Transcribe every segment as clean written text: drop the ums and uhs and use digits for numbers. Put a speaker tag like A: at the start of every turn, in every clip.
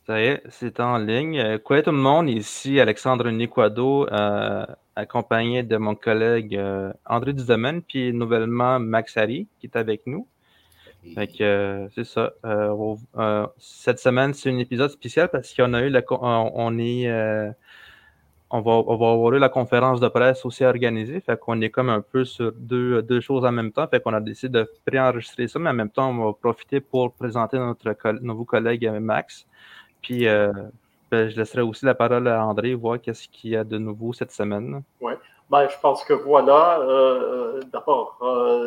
A: Ça y est, c'est en ligne. Coucou tout le monde, ici Alexandre Niquado, accompagné de mon collègue André Dudomaine, puis nouvellement Max Harry, qui est avec nous. Fait que c'est ça. Cette semaine, c'est un épisode spécial parce qu'on a eu on va avoir eu la conférence de presse aussi organisée. Fait qu'on est comme un peu sur deux choses en même temps. Fait qu'on a décidé de préenregistrer ça, mais en même temps, on va profiter pour présenter nouveau collègue Max. Puis je laisserai aussi la parole à André, voir qu'est-ce qu'il y a de nouveau cette semaine.
B: Oui, ben, je pense que voilà, d'abord,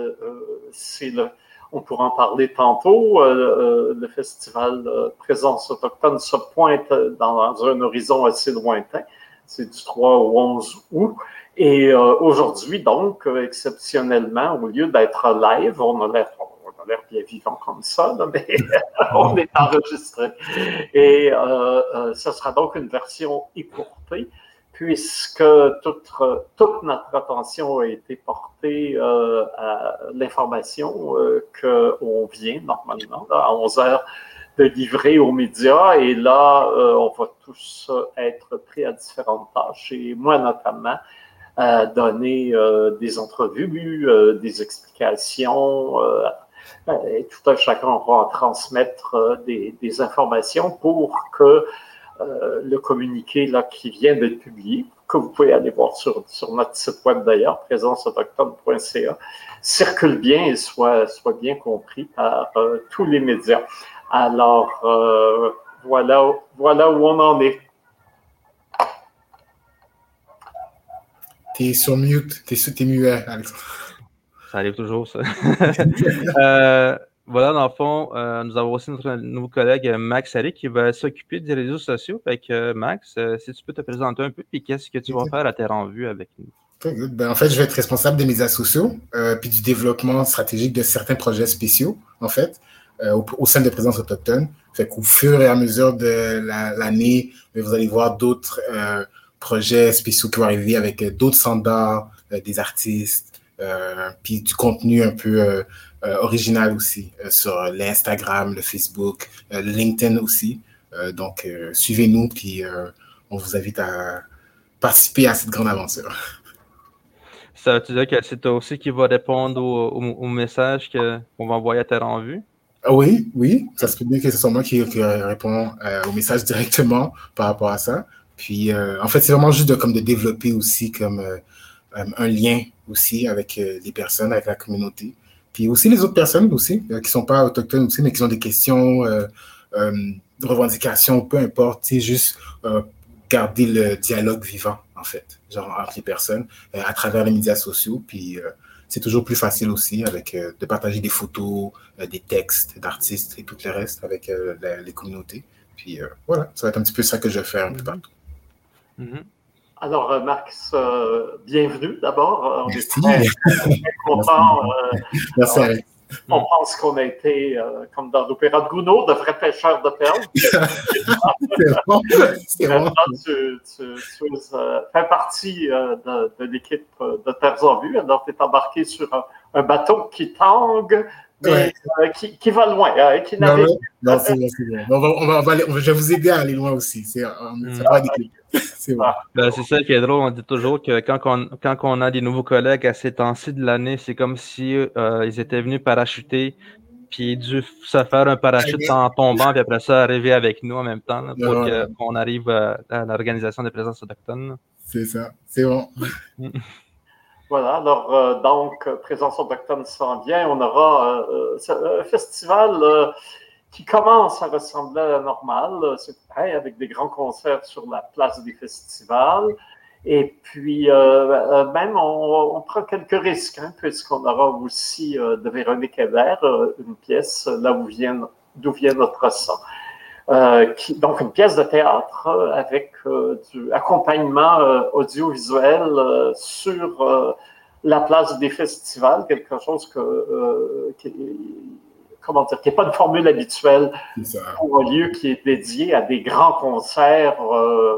B: on pourra en parler tantôt, le festival Présence autochtone se pointe dans un horizon assez lointain, c'est du 3 au 11 août, et aujourd'hui, donc, exceptionnellement, au lieu d'être live, on a l'air bien vivant comme ça, là, mais on est enregistré. Et ce sera donc une version écourtée, puisque toute notre attention a été portée à l'information qu'on vient normalement à 11 heures de livrer aux médias. Et là, on va tous être pris à différentes tâches. Et moi, notamment, donner des entrevues, des explications. Et tout un chacun va transmettre des informations pour que le communiqué là, qui vient d'être publié, que vous pouvez aller voir sur notre site web d'ailleurs, présenceautochtone.ca, circule bien et soit bien compris par tous les médias. Alors, voilà où on en est.
C: T'es sur mute, t'es muet, Alexandre.
A: Ça arrive toujours, ça. Voilà, dans le fond, nous avons aussi notre nouveau collègue Max Harry qui va s'occuper des réseaux sociaux. Fait que Max, si tu peux te présenter un peu, puis qu'est-ce que tu vas faire à tes renvues avec nous?
C: Ben, en fait, je vais être responsable des médias sociaux, puis du développement stratégique de certains projets spéciaux, en fait, au sein de Présence autochtone. Fait qu'au fur et à mesure de l'année, vous allez voir d'autres projets spéciaux qui vont arriver avec d'autres standards, des artistes, puis du contenu un peu original aussi sur l'Instagram, le Facebook, le LinkedIn aussi. Donc, suivez-nous, puis on vous invite à participer à cette grande aventure.
A: Ça veut-tu dire que c'est toi aussi qui va répondre aux messages qu'on va envoyer à tes renvues?
C: Oui, ça se peut bien que ce soit moi qui répond aux messages directement par rapport à ça. Puis, en fait, c'est vraiment juste de développer aussi comme un lien aussi avec les personnes, avec la communauté. Puis aussi les autres personnes aussi, qui sont pas autochtones aussi, mais qui ont des questions, revendications, peu importe, c'est juste garder le dialogue vivant, en fait, genre entre les personnes, à travers les médias sociaux. Puis, c'est toujours plus facile aussi avec de partager des photos, des textes d'artistes et tout le reste avec les communautés. Puis voilà, ça va être un petit peu ça que je vais faire un peu partout.
B: Mm-hmm. Alors, Max, bienvenue d'abord.
C: Merci.
B: On est très contents.
C: Merci, Alex.
B: On pense qu'on a été, comme dans l'opéra de Gounod, de vrais pêcheurs de perles.
C: C'est bon. C'est bon.
B: Tu fais partie de l'équipe de Terres en Vue. Alors, tu es embarqué sur un bateau qui tangue, mais qui va loin. Qui
C: non, c'est bon. Je vais vous aider à aller loin aussi. Ça va être c'est bon.
A: Ben, c'est ça qui est drôle. On dit toujours que quand on a des nouveaux collègues à ces temps-ci de l'année, c'est comme si ils étaient venus parachuter, puis dû se faire un parachute en tombant, puis après ça, arriver avec nous en même temps là, pour qu'on arrive à l'organisation des présences autochtones.
C: C'est ça. C'est bon.
B: Voilà, alors donc, Présence autochtone s'en vient. On aura un festival qui commence à ressembler à la normale. C'est pareil, avec des grands concerts sur la place des festivals. Et puis, même, on prend quelques risques, puisqu'on aura aussi de Véronique Hébert, une pièce là d'où vient notre sang. Donc, une pièce de théâtre avec du accompagnement audiovisuel sur la place des festivals, quelque chose qui n'est pas une formule habituelle pour un lieu qui est dédié à des grands concerts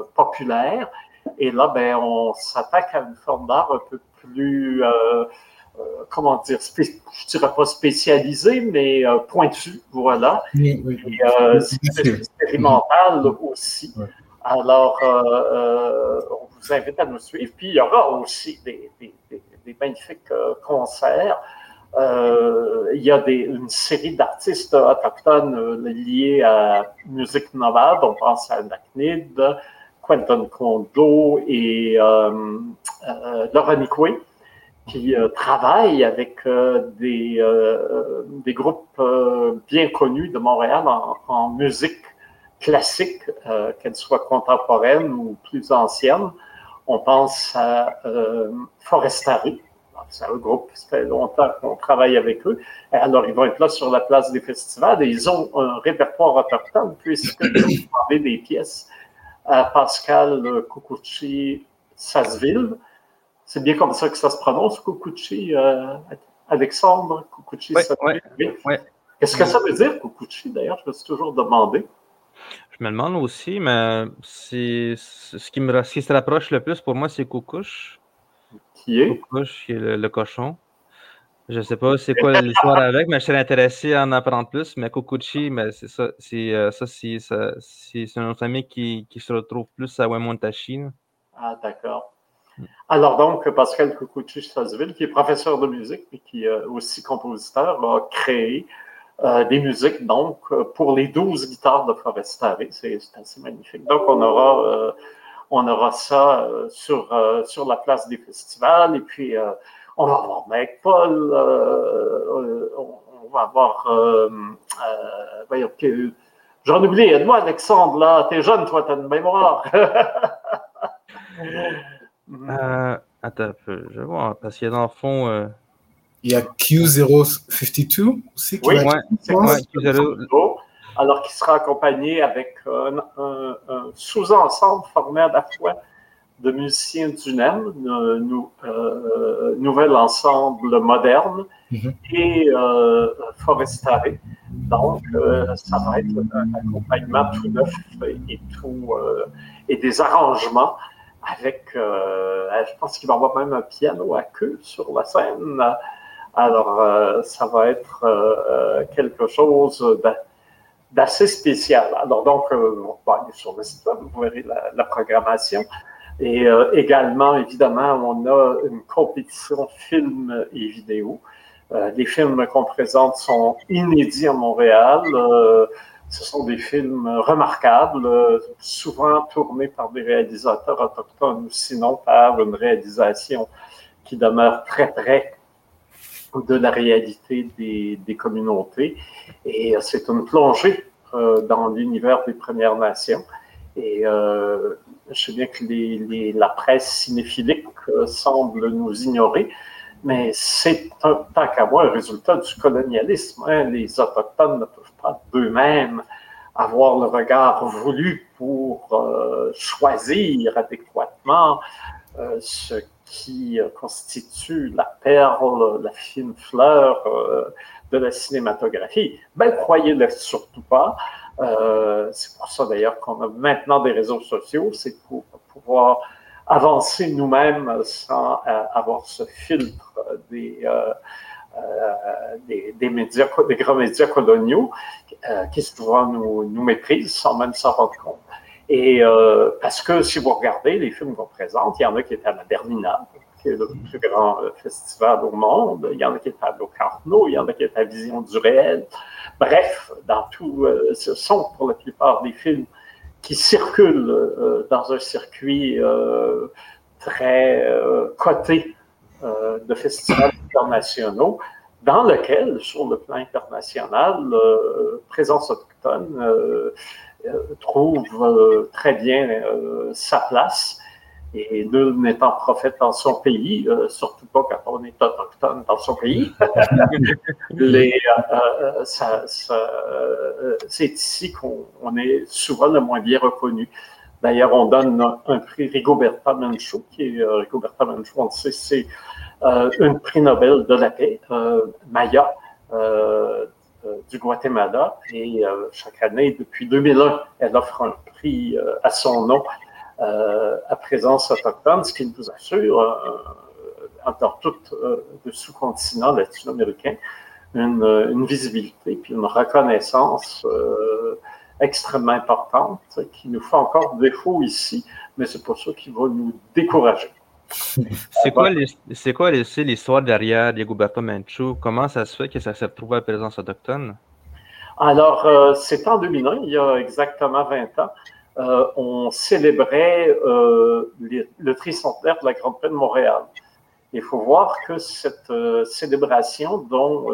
B: populaires. Et là, on s'attaque à une forme d'art un peu plus comment dire, je dirais pas spécialisé, mais pointu, voilà.
C: Oui.
B: C'est expérimental aussi.
C: Ouais.
B: Alors, on vous invite à nous suivre. Puis, il y aura aussi des magnifiques concerts. Il y a une série d'artistes autochtones liés à musique nomade. On pense à Naknid, Quentin Kondo et Laura Nikwe, qui travaillent avec des groupes bien connus de Montréal en musique classique, qu'elle soit contemporaine ou plus ancienne. On pense à Forestari. C'est un groupe, ça fait longtemps qu'on travaille avec eux. Alors, ils vont être là sur la place des festivals et ils ont un répertoire autochtone puisqu'ils ont demandé des pièces à Pascal Kukuchi Sasseville. C'est bien comme ça que ça se prononce, Kukuchi, Alexandre Kukuchi Sasseville.
A: Oui.
B: Qu'est-ce que ça veut dire, Kukuchi, d'ailleurs? Je me suis toujours demandé.
A: Je me demande aussi, mais ce qui se rapproche le plus pour moi, c'est Kukush.
B: Qui est?
A: Kukush, qui est le cochon. Je ne sais pas c'est quoi l'histoire avec, mais je serais intéressé à en apprendre plus. Mais Kukuchi, mais c'est ça. C'est une autre famille qui se retrouve plus à Wemontashi.
B: Ah, d'accord. Alors donc, Pascal Kukuchi Sasseville, qui est professeur de musique, mais qui est aussi compositeur, a créé des musiques donc pour les 12 guitares de Forestari. C'est assez magnifique. Donc, on aura ça sur la place des festivals. Et puis, on va avoir Mike Paul, on va avoir... voyons, j'en oublie, aide-moi Alexandre, là, t'es jeune, toi, t'as une mémoire.
A: Attends un peu, je vais voir, parce qu'il y a dans le fond...
C: Il y a Q052 aussi qui va être...
A: Q0.
B: Alors, qui sera accompagné avec un sous-ensemble formé à la fois de musiciens du NEM, nouvel ensemble moderne, et Forestari. Donc, ça va être un accompagnement tout neuf et des arrangements avec, je pense qu'il va y avoir même un piano à queue sur la scène. Alors, ça va être quelque chose d'assez spécial. Alors, donc, on va aller sur le site web, vous verrez la programmation. Et également, évidemment, on a une compétition film et vidéo. Les films qu'on présente sont inédits à Montréal. Ce sont des films remarquables, souvent tournés par des réalisateurs autochtones ou sinon par une réalisation qui demeure très près de la réalité des communautés. Et c'est une plongée dans l'univers des Premières Nations. Et je sais bien que la presse cinéphilique semble nous ignorer, mais c'est, tant qu'à moi, un résultat du colonialisme. Hein. Les Autochtones ne peuvent pas d'eux-mêmes avoir le regard voulu pour choisir adéquatement ce qui constitue la perle, la fine fleur de la cinématographie. Ben, croyez-le surtout pas. C'est pour ça d'ailleurs qu'on a maintenant des réseaux sociaux, c'est pour pouvoir avancer nous-mêmes sans avoir ce filtre des médias, des grands médias coloniaux qui souvent nous méprisent sans même s'en rendre compte. Et parce que si vous regardez les films qu'on présente, il y en a qui étaient à la Berlinale, qui est le plus grand festival au monde, il y en a qui étaient à Locarno, il y en a qui étaient à Vision du réel. Bref, dans tout, ce sont pour la plupart des films qui circulent dans un circuit très coté de festivals internationaux, dans lequel, sur le plan international, Présence autochtone trouve très bien sa place. Et nul n'étant prophète dans son pays, surtout pas quand on est autochtone dans son pays. C'est ici qu'on est souvent le moins bien reconnu. D'ailleurs, on donne un prix Rigoberta Menchú, qui est Rigoberta Menchú, on le sait, c'est un prix Nobel de la paix, Maya, du Guatemala. Et chaque année, depuis 2001, elle offre un prix à son nom. À présence autochtone, ce qui nous assure dans tout le sous-continent latino-américain, une visibilité puis une reconnaissance extrêmement importante qui nous fait encore défaut ici, mais c'est pas ça qui va nous décourager.
A: C'est quoi l'histoire derrière Rigoberto Menchú? Comment ça se fait que ça s'est retrouvé à la présence autochtone?
B: Alors, c'est en 2001, il y a exactement 20 ans, on célébrait le tricentenaire de la Grande Paix de Montréal. Il faut voir que cette célébration dont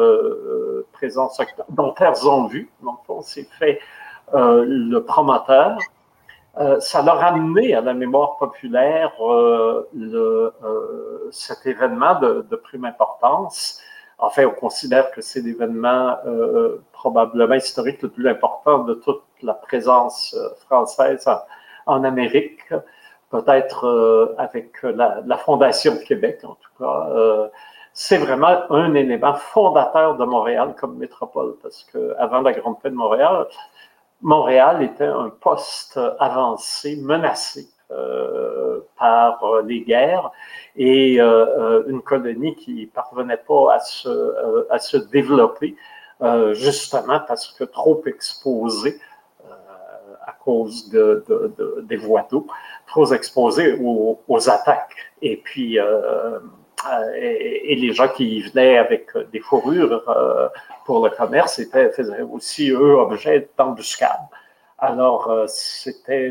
B: Terres ont vu, donc on s'est fait le promoteur, ça l'a ramené à la mémoire populaire cet événement de prime importance. En fait, on considère que c'est l'événement probablement historique le plus important de toute la présence française en Amérique, peut-être avec la Fondation de Québec, en tout cas. C'est vraiment un élément fondateur de Montréal comme métropole, parce qu'avant la Grande Paix de Montréal, Montréal était un poste avancé, menacé par les guerres et une colonie qui ne parvenait pas à se développer, justement parce que trop exposée à cause des voies d'eau, trop exposée aux attaques. Et puis, et les gens qui y venaient avec des fourrures pour le commerce faisaient aussi, eux, objet d'embuscade. Alors, c'était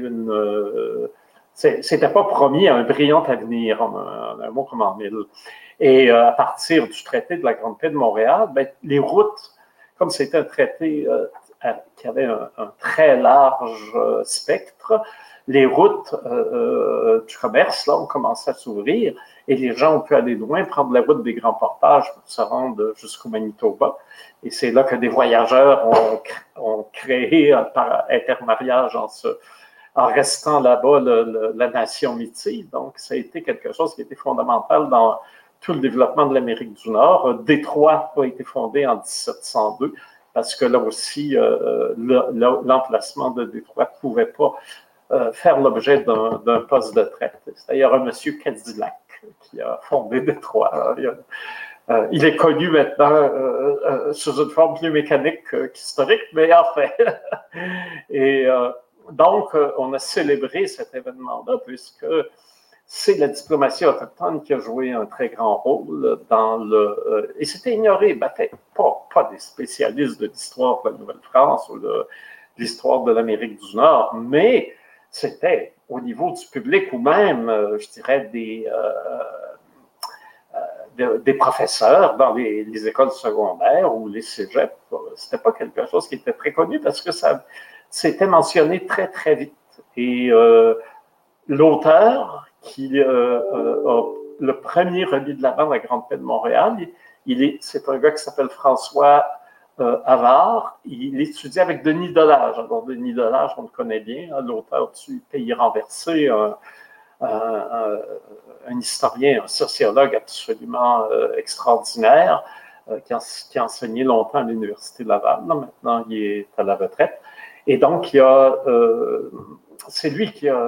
B: pas promis à un brillant avenir, un mot comme en mille. Et à partir du traité de la Grande Paix de Montréal, ben, les routes, comme c'était un traité qui avait un très large spectre, les routes du commerce, là, ont commencé à s'ouvrir et les gens ont pu aller loin, prendre la route des grands portages pour se rendre jusqu'au Manitoba. Et c'est là que des voyageurs ont créé par intermariage en restant là-bas la nation métisse. Donc, ça a été quelque chose qui a été fondamental dans tout le développement de l'Amérique du Nord. Détroit a été fondé en 1702 parce que là aussi, l'emplacement de Détroit ne pouvait pas faire l'objet d'un poste de traite. C'est d'ailleurs un monsieur Cadillac qui a fondé Détroit. Il est connu maintenant sous une forme plus mécanique qu'historique, mais enfin. Et donc, on a célébré cet événement-là puisque c'est la diplomatie autochtone qui a joué un très grand rôle dans et c'était ignoré, pas des spécialistes de l'histoire de la Nouvelle-France ou de l'histoire de l'Amérique du Nord, mais c'était au niveau du public ou même, je dirais, des professeurs dans les écoles secondaires ou les cégeps. C'était pas quelque chose qui était très connu parce que ça s'était mentionné très, très vite. Et l'auteur qui a le premier remis de l'avant de la Grande Paix de Montréal, c'est un gars qui s'appelle François Havard. Il étudiait avec Denis Delage. Alors, Denis Delage, on le connaît bien, hein, l'auteur du Pays renversé, un historien, un sociologue absolument extraordinaire qui a enseigné longtemps à l'Université Laval. Là, maintenant, il est à la retraite. Et donc, c'est lui qui a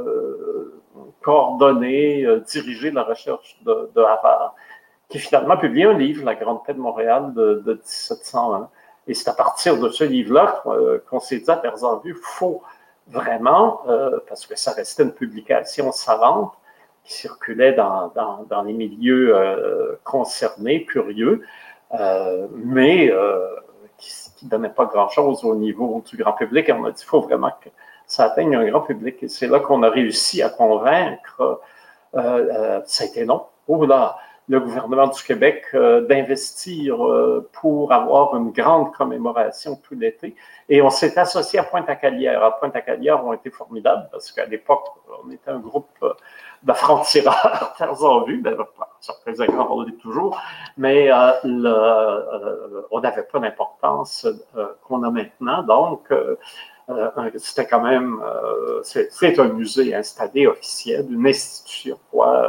B: coordonné, dirigé la recherche de Havard, qui finalement a publié un livre, La Grande Paix de Montréal de 1701. Et c'est à partir de ce livre-là qu'on s'est dit à Terres en Vue, il faut vraiment, parce que ça restait une publication savante qui circulait dans les milieux concernés, curieux, mais qui ne donnait pas grand-chose au niveau du grand public. Et on a dit, il faut vraiment que ça atteigne un grand public. Et c'est là qu'on a réussi à convaincre, ça a été long, le gouvernement du Québec d'investir pour avoir une grande commémoration tout l'été. Et on s'est associé à Pointe-à-Calière. À Pointe-à-Calière ont été formidables parce qu'à l'époque, on était un groupe de francs-tireurs, Terres en Vue, certains exemples, on l'est toujours, mais on n'avait pas l'importance qu'on a maintenant. Donc, c'était quand même, c'est un musée installé officiel, une institution,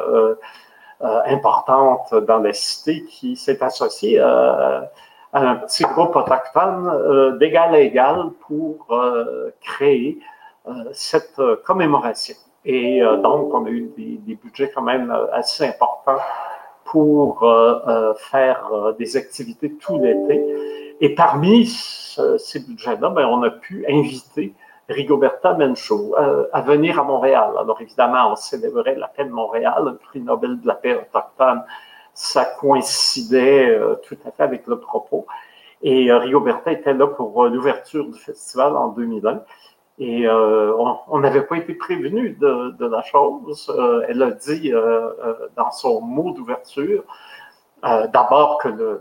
B: importante dans la cité qui s'est associée à un petit groupe autochtone d'égal à égal pour créer cette commémoration. Et donc, on a eu des budgets quand même assez importants pour faire des activités tout l'été. Et parmi ces budgets-là, ben, on a pu inviter Rigoberta Menchú à venir à Montréal. Alors évidemment, on célébrait la paix de Montréal, le prix Nobel de la paix autochtone. Ça coïncidait tout à fait avec le propos. Et Rigoberta était là pour l'ouverture du festival en 2001. Et on n'avait pas été prévenu de la chose. Elle a dit dans son mot d'ouverture, d'abord que le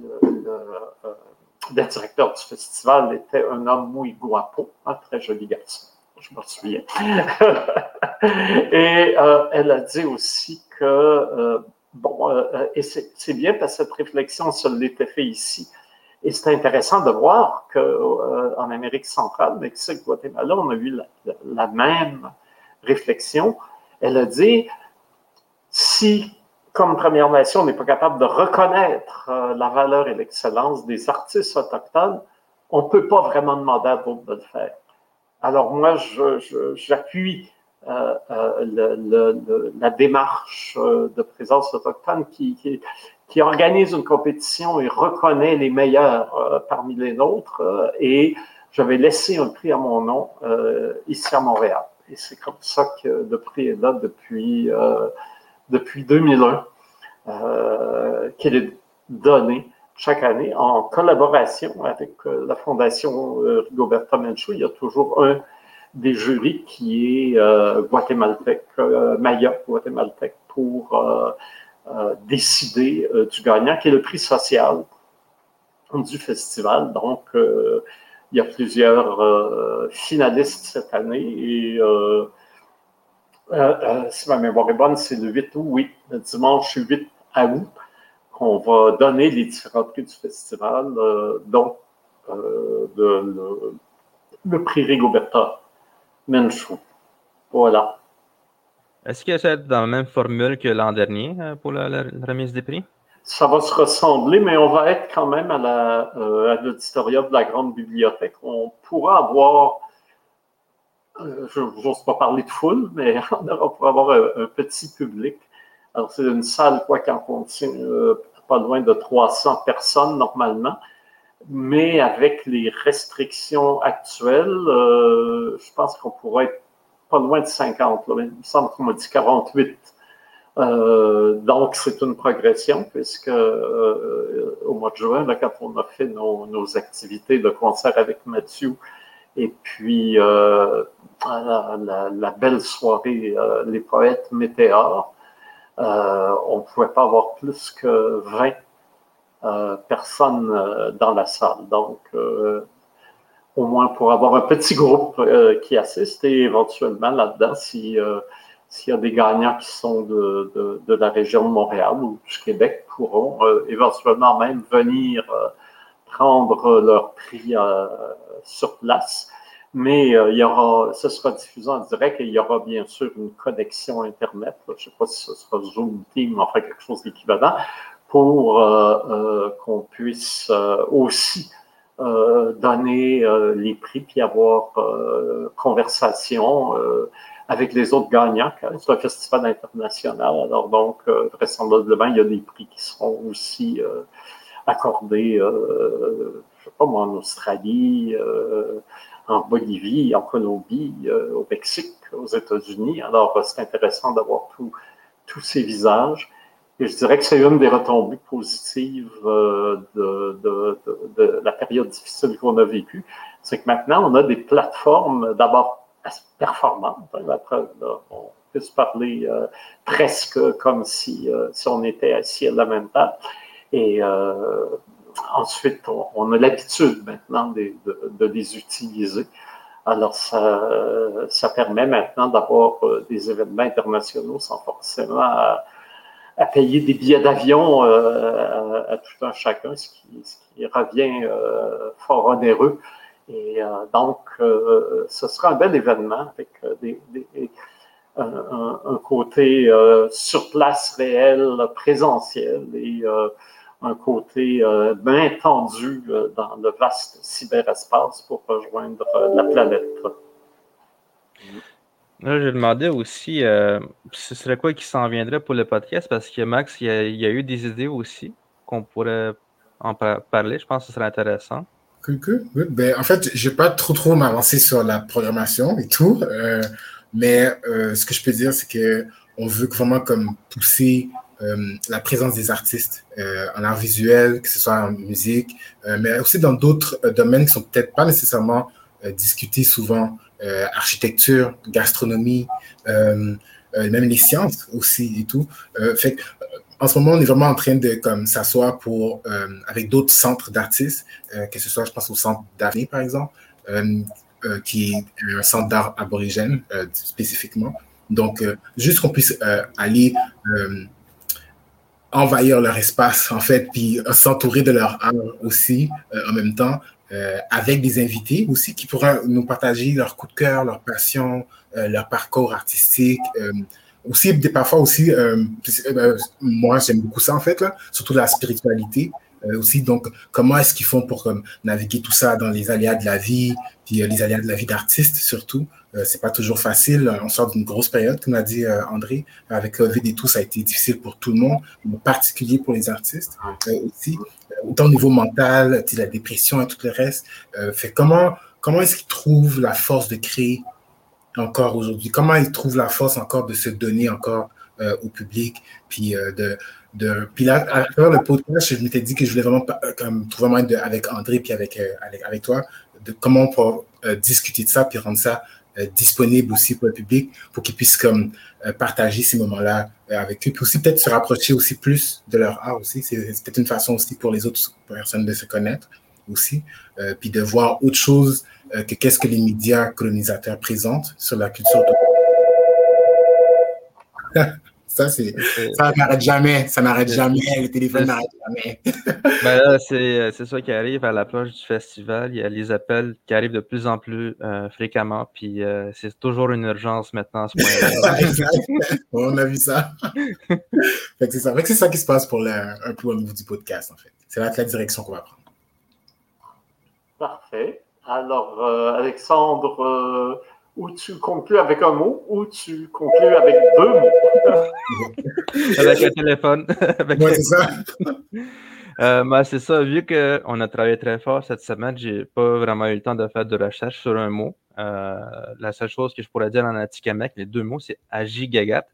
B: directeur du festival était un homme muy guapo, un très joli garçon, je me souviens. Et elle a dit aussi que, et c'est bien parce que cette réflexion se l'était fait ici. Et c'est intéressant de voir qu'en Amérique centrale, Mexique, Guatemala, on a eu la même réflexion. Elle a dit, si, comme Première Nation, on n'est pas capable de reconnaître la valeur et l'excellence des artistes autochtones, on ne peut pas vraiment demander à d'autres de le faire. Alors moi, j'appuie la démarche de présence autochtone qui organise une compétition et reconnaît les meilleurs parmi les nôtres. Et j'avais laissé un prix à mon nom ici à Montréal. Et c'est comme ça que le prix est là depuis 2001, qu'il est donné chaque année en collaboration avec la Fondation Rigoberta Menchú. Il y a toujours un des jurys qui est guatémaltèque, maya guatémaltèque, pour décider du gagnant, qui est le prix social du festival. Donc, il y a plusieurs finalistes cette année et si ma mémoire est bonne, c'est le 8 août, oui, le dimanche 8 août, qu'on va donner les différents prix du festival, dont le prix Rigoberta Menchú. Voilà.
A: Est-ce que c'est dans la même formule que l'an dernier pour la remise des prix? Ça
B: va se ressembler, mais on va être quand même à l'auditorium de la Grande Bibliothèque. On pourra avoir, je n'ose pas parler de foule, mais on pourra avoir un petit public. Alors, c'est une salle, quoi, qui en contient pas loin de 300 personnes normalement. Mais avec les restrictions actuelles, je pense qu'on pourrait être pas loin de 50. Là. Il me semble qu'on m'a dit 48. Donc, c'est une progression, puisque au mois de juin, là, quand on a fait nos activités de concert avec Mathieu, et puis la belle soirée Les Poètes Météores, on ne pouvait pas avoir plus que 20 personnes dans la salle. Donc, au moins pour avoir un petit groupe qui assiste et éventuellement là-dedans, s'il y a des gagnants qui sont de la région de Montréal ou du Québec, pourront éventuellement même venir prendre leur prix sur place. Mais ce sera diffusé en direct et il y aura bien sûr une connexion Internet. Je ne sais pas si ce sera Zoom, Team, enfin quelque chose d'équivalent, pour qu'on puisse aussi donner les prix puis avoir conversation avec les autres gagnants. C'est un festival international, alors donc vraisemblablement il y a des prix qui seront aussi accordés, je ne sais pas moi, en Australie, en Bolivie, en Colombie, au Mexique, aux États-Unis. Alors c'est intéressant d'avoir tous ces visages. Et je dirais que c'est une des retombées positives de la période difficile qu'on a vécue. C'est que maintenant, on a des plateformes d'abord performantes. Après, on peut se parler presque comme si on était assis à la même table. Et ensuite, on a l'habitude maintenant de les utiliser. Alors, ça permet maintenant d'avoir des événements internationaux sans forcément à payer des billets d'avion à tout un chacun, ce qui revient fort onéreux. Et donc, ce sera un bel événement avec un côté sur place réel, présentiel, et un côté bien tendu dans le vaste cyberespace pour rejoindre la planète.
A: Là, je demandais aussi ce serait quoi qui s'en viendrait pour le podcast, parce que Max, il y a eu des idées aussi qu'on pourrait en parler. Je pense que ce serait intéressant.
C: Cool. Ben, en fait, je vais pas trop m'avancer sur la programmation et tout, mais ce que je peux dire, c'est que on veut vraiment comme pousser la présence des artistes en art visuel, que ce soit en musique, mais aussi dans d'autres domaines qui sont peut-être pas nécessairement discutés souvent, architecture, gastronomie, même les sciences aussi et tout. Fait que, en ce moment, on est vraiment en train de comme s'asseoir pour avec d'autres centres d'artistes, que ce soit, je pense, au centre d'Arnay, par exemple, qui est un centre d'art aborigène spécifiquement. Donc, juste qu'on puisse aller envahir leur espace, en fait, puis s'entourer de leur art aussi en même temps, avec des invités aussi qui pourraient nous partager leur coup de cœur, leur passion, leur parcours artistique. Aussi, parfois aussi, moi j'aime beaucoup ça en fait, là, surtout la spiritualité. Aussi, donc, comment est-ce qu'ils font pour naviguer tout ça dans les aléas de la vie, puis les aléas de la vie d'artiste surtout. C'est pas toujours facile. On sort d'une grosse période, comme a dit André. Avec COVID et tout, ça a été difficile pour tout le monde, mais en particulier pour les artistes aussi. Autant au niveau mental, la dépression et tout le reste. Fait comment est-ce qu'ils trouvent la force de créer encore aujourd'hui? Comment ils trouvent la force encore de se donner encore au public, puis puis là, à travers le podcast, je m'étais dit que je voulais vraiment trouver un moyen avec André puis avec toi, de comment on peut discuter de ça puis rendre ça disponible aussi pour le public, pour qu'ils puissent comme partager ces moments-là avec eux, puis aussi peut-être se rapprocher aussi plus de leur art aussi. C'est peut-être une façon aussi pour les autres personnes de se connaître aussi, puis de voir autre chose que qu'est-ce que les médias colonisateurs présentent sur la culture. Ça n'arrête jamais. Le téléphone n'arrête jamais.
A: Ben là, c'est ça qui arrive à l'approche du festival. Il y a les appels qui arrivent de plus en plus fréquemment. Puis c'est toujours une urgence maintenant à ce point-là.
C: Exact. On a vu ça. Fait que c'est ça qui se passe pour un peu au niveau du podcast, en fait. C'est la direction qu'on va prendre.
B: Parfait. Alors, Alexandre, ou tu conclus avec un mot, ou tu conclus avec deux mots.
A: Avec un téléphone.
C: Ouais, c'est ça.
A: C'est ça. Vu qu'on a travaillé très fort cette semaine, j'ai pas vraiment eu le temps de faire de recherche sur un mot. La seule chose que je pourrais dire en Atikamekw, les deux mots, c'est Ajigagat.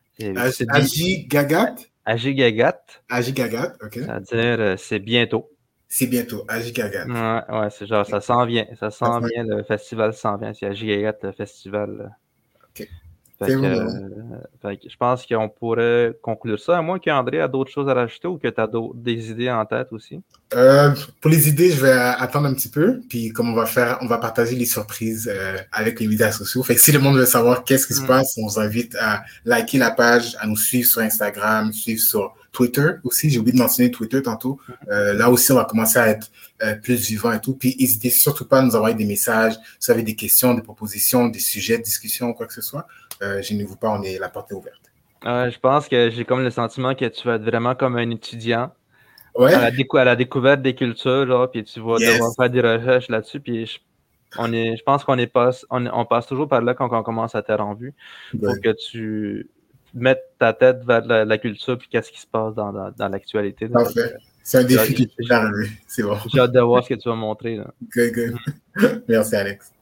C: Ajigagat?
A: Ajigagat,
C: ok.
A: C'est-à-dire c'est bientôt.
C: C'est bientôt, Ajigagat.
A: Ouais, c'est genre, ça s'en vient. Ça s'en vient, le festival s'en vient. C'est Ajigagat, le festival.
C: OK.
A: Fait que je pense qu'on pourrait conclure ça, à moins qu'André a d'autres choses à rajouter ou que tu as des idées en tête aussi.
C: Pour les idées, je vais attendre un petit peu. Puis comme on va partager les surprises avec les médias sociaux. Fait que si le monde veut savoir qu'est-ce qui se passe, on vous invite à liker la page, à nous suivre sur Instagram, suivre sur Twitter aussi. J'ai oublié de mentionner Twitter tantôt. Là aussi, on va commencer à être plus vivant et tout. Puis n'hésitez surtout pas à nous envoyer des messages. Si vous avez des questions, des propositions, des sujets de discussion, quoi que ce soit. Gênez-vous pas, la porte est ouverte.
A: Je pense que j'ai comme le sentiment que tu vas être vraiment comme un étudiant
C: ouais.
A: à la découverte des cultures, genre, puis tu vas devoir faire des recherches là-dessus. Puis je pense qu'on passe toujours par là quand on commence à terre en vue. Pour que tu mettes ta tête vers la culture puis qu'est-ce qui se passe dans l'actualité.
C: Parfait. C'est un défi qui est arrivé. C'est bon.
A: J'ai hâte de voir ce que tu vas montrer. Là.
C: Good. Merci, Alex.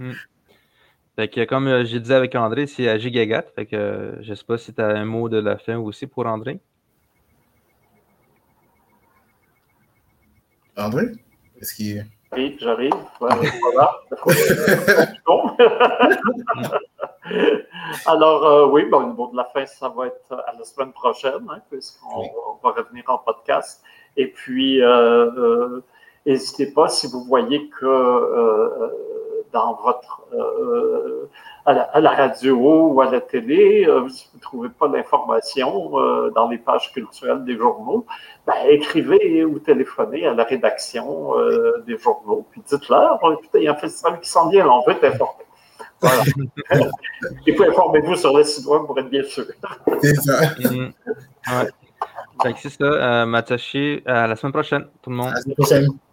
A: Fait que comme j'ai dit avec André, c'est à Gigagat. Fait que je sais pas si tu as un mot de la fin aussi pour André.
C: André? Est-ce qu'il...
B: Oui, j'arrive. Voilà. Alors, oui, au niveau de la fin, ça va être à la semaine prochaine, puisqu'on va revenir en podcast. Et puis, n'hésitez pas, si vous voyez que dans votre à la radio ou à la télé, vous ne trouvez pas d'informations dans les pages culturelles des journaux, écrivez ou téléphonez à la rédaction des journaux, puis dites-leur, écoutez, il y a un festival qui s'en vient, là, on veut t'informer. Voilà. Et puis informez-vous sur le site web pour être bien sûr.
C: C'est ça.
A: Ouais. C'est ça, Matashi, à la semaine prochaine, tout le monde.
C: À la semaine prochaine.